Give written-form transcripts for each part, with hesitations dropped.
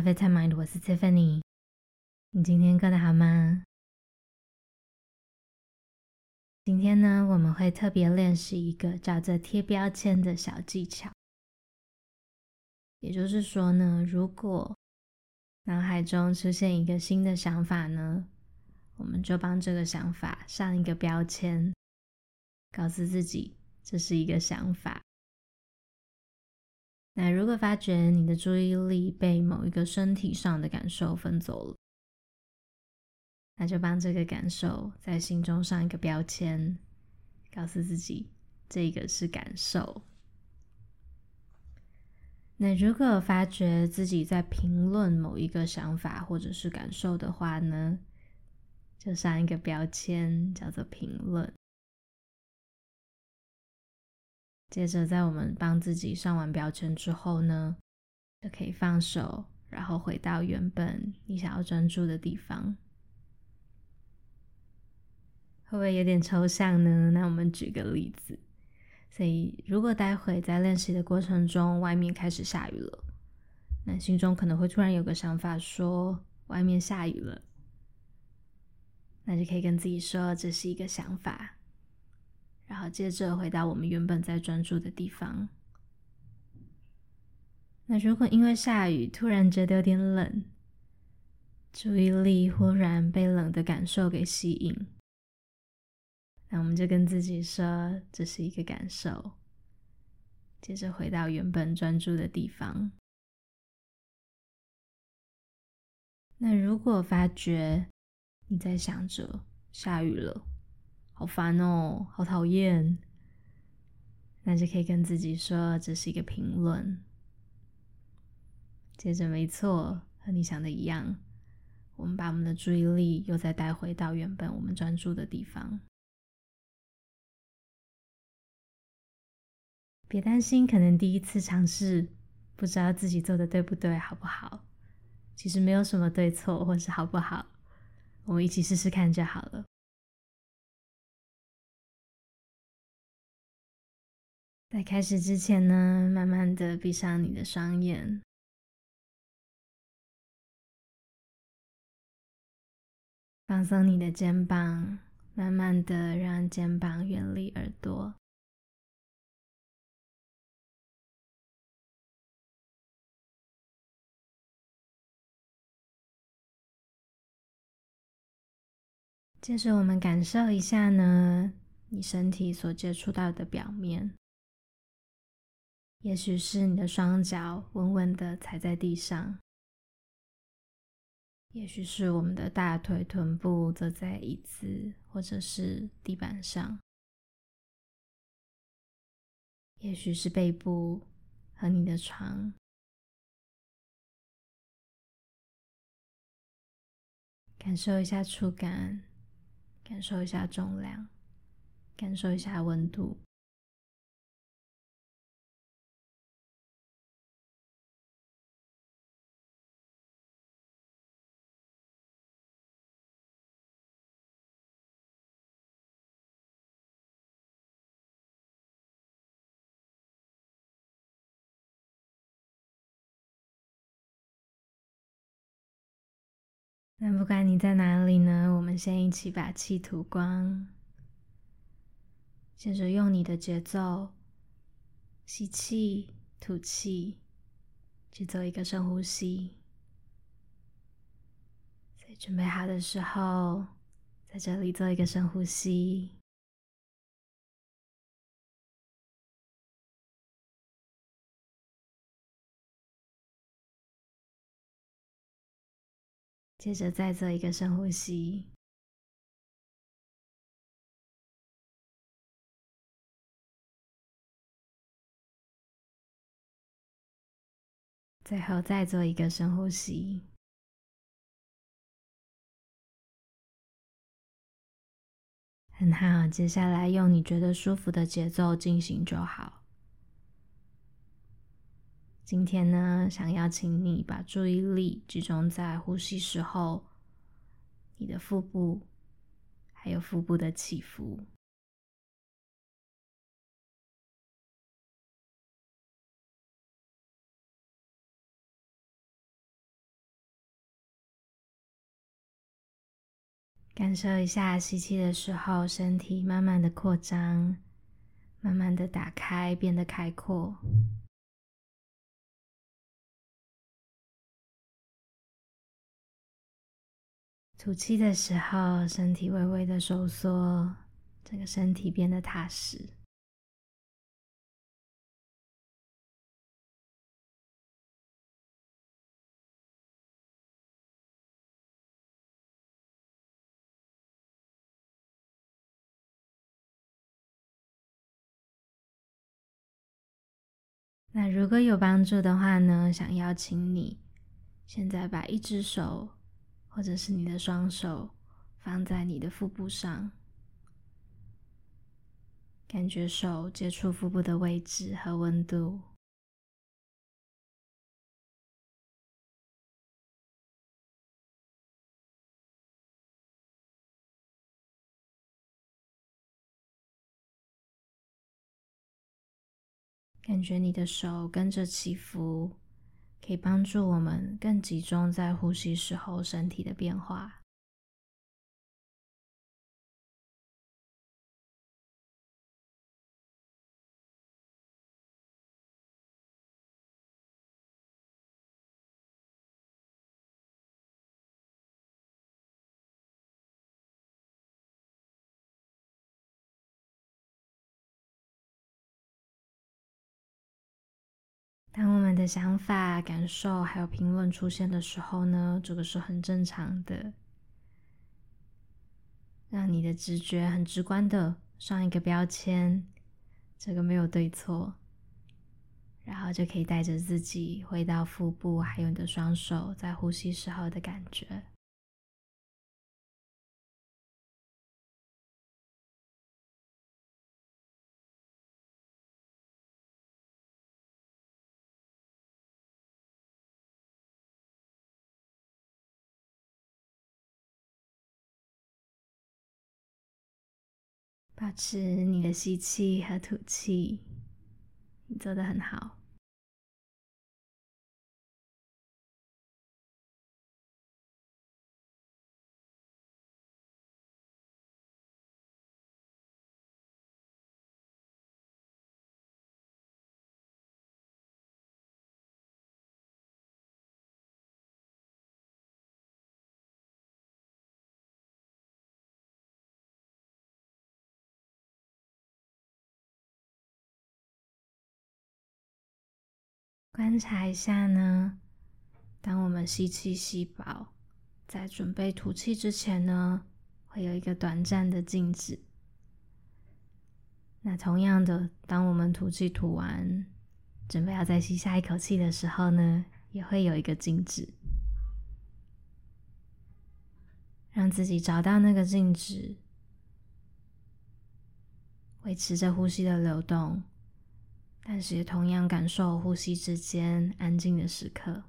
咖啡 Time Mind， 我是 Tiffany。你今天过得好吗？今天呢，我们会特别练习一个叫做贴标签的小技巧。也就是说呢，如果脑海中出现一个新的想法呢，我们就帮这个想法上一个标签，告诉自己这是一个想法。那如果发觉你的注意力被某一个身体上的感受分走了，那就帮这个感受在心中上一个标签，告诉自己这个是感受。那如果发觉自己在评论某一个想法或者是感受的话呢，就上一个标签叫做评论。接着在我们帮自己上完标签之后呢，就可以放手，然后回到原本你想要专注的地方。会不会有点抽象呢？那我们举个例子。所以如果待会在练习的过程中外面开始下雨了，那心中可能会突然有个想法说外面下雨了，那就可以跟自己说这是一个想法，然后接着回到我们原本在专注的地方。那如果因为下雨突然觉得有点冷，注意力忽然被冷的感受给吸引，那我们就跟自己说这是一个感受，接着回到原本专注的地方。那如果发觉你在想着下雨了，好烦哦，好讨厌，那就可以跟自己说这是一个评论。接着没错，和你想的一样，我们把我们的注意力又再带回到原本我们专注的地方。别担心，可能第一次尝试不知道自己做的对不对，好不好？其实没有什么对错或是好不好，我们一起试试看就好了。在开始之前呢，慢慢的闭上你的双眼，放松你的肩膀，慢慢的让肩膀远离耳朵。接着我们感受一下呢，你身体所接触到的表面，也许是你的双脚稳稳的踩在地上，也许是我们的大腿、臀部坐在椅子或者是地板上，也许是背部和你的床。感受一下触感，感受一下重量，感受一下温度。那不管你在哪里呢，我们先一起把气吐光，接着用你的节奏吸气吐气，去做一个深呼吸。所以准备好的时候，在这里做一个深呼吸。接着再做一个深呼吸。最后再做一个深呼吸。很好，接下来用你觉得舒服的节奏进行就好。今天呢，想邀请你把注意力集中在呼吸时候，你的腹部，还有腹部的起伏。 感受一下吸气的时候，身体慢慢的扩张，慢慢的打开，变得开阔。吐气的时候，身体微微的收缩，整个身体变得踏实。那如果有帮助的话呢，想邀请你现在把一只手或者是你的双手放在你的腹部上，感觉手接触腹部的位置和温度。感觉你的手跟着起伏，可以帮助我们更集中在呼吸时候身体的变化。当我们的想法、感受还有评论出现的时候呢，这个是很正常的。让你的直觉很直观的上一个标签，这个没有对错，然后就可以带着自己回到腹部，还有你的双手在呼吸时候的感觉。保持你的吸气和吐气，你做得很好。观察一下呢，当我们吸气吸饱，在准备吐气之前呢，会有一个短暂的静止。那同样的，当我们吐气吐完，准备要再吸下一口气的时候呢，也会有一个静止。让自己找到那个静止，维持着呼吸的流动，但是也同样感受呼吸之间安静的时刻。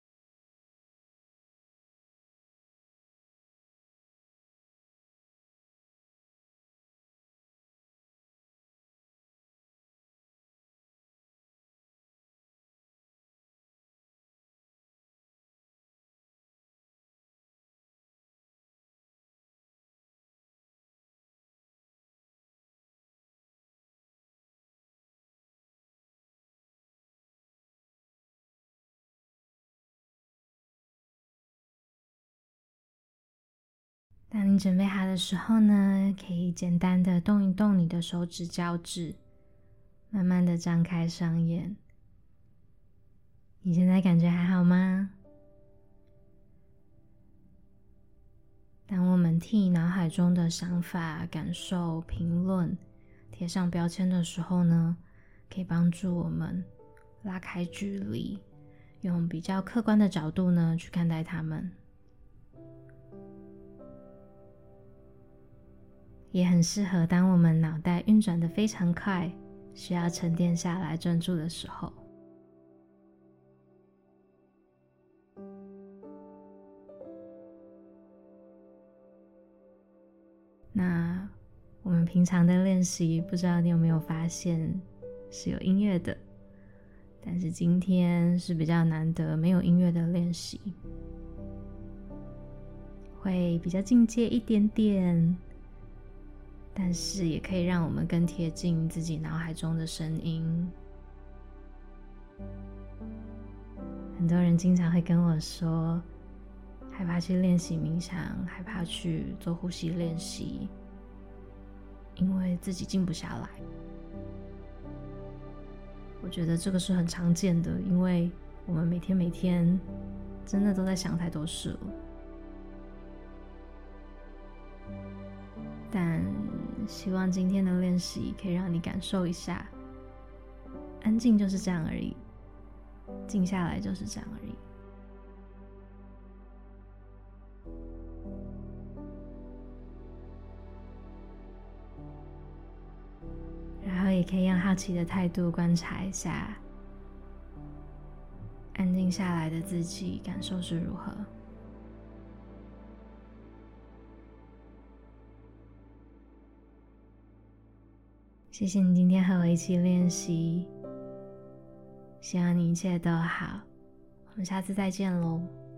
当你准备好的时候呢，可以简单的动一动你的手指脚趾，慢慢的张开双眼。你现在感觉还好吗？当我们替脑海中的想法、感受、评论贴上标签的时候呢，可以帮助我们拉开距离，用比较客观的角度呢去看待它们。也很适合当我们脑袋运转得非常快，需要沉淀下来专注的时候。那我们平常的练习，不知道你有没有发现是有音乐的，但是今天是比较难得没有音乐的练习。 会比较进阶一点点，但是也可以让我们更贴近自己脑海中的声音。很多人经常会跟我说，害怕去练习冥想，害怕去做呼吸练习，因为自己静不下来。我觉得这个是很常见的，因为我们每天真的都在想太多事了。但希望今天的练习可以让你感受一下，安静就是这样而已，静下来就是这样而已。然后也可以用好奇的态度观察一下，安静下来的自己感受是如何。谢谢你今天和我一起练习，希望你一切都好，我们下次再见喽。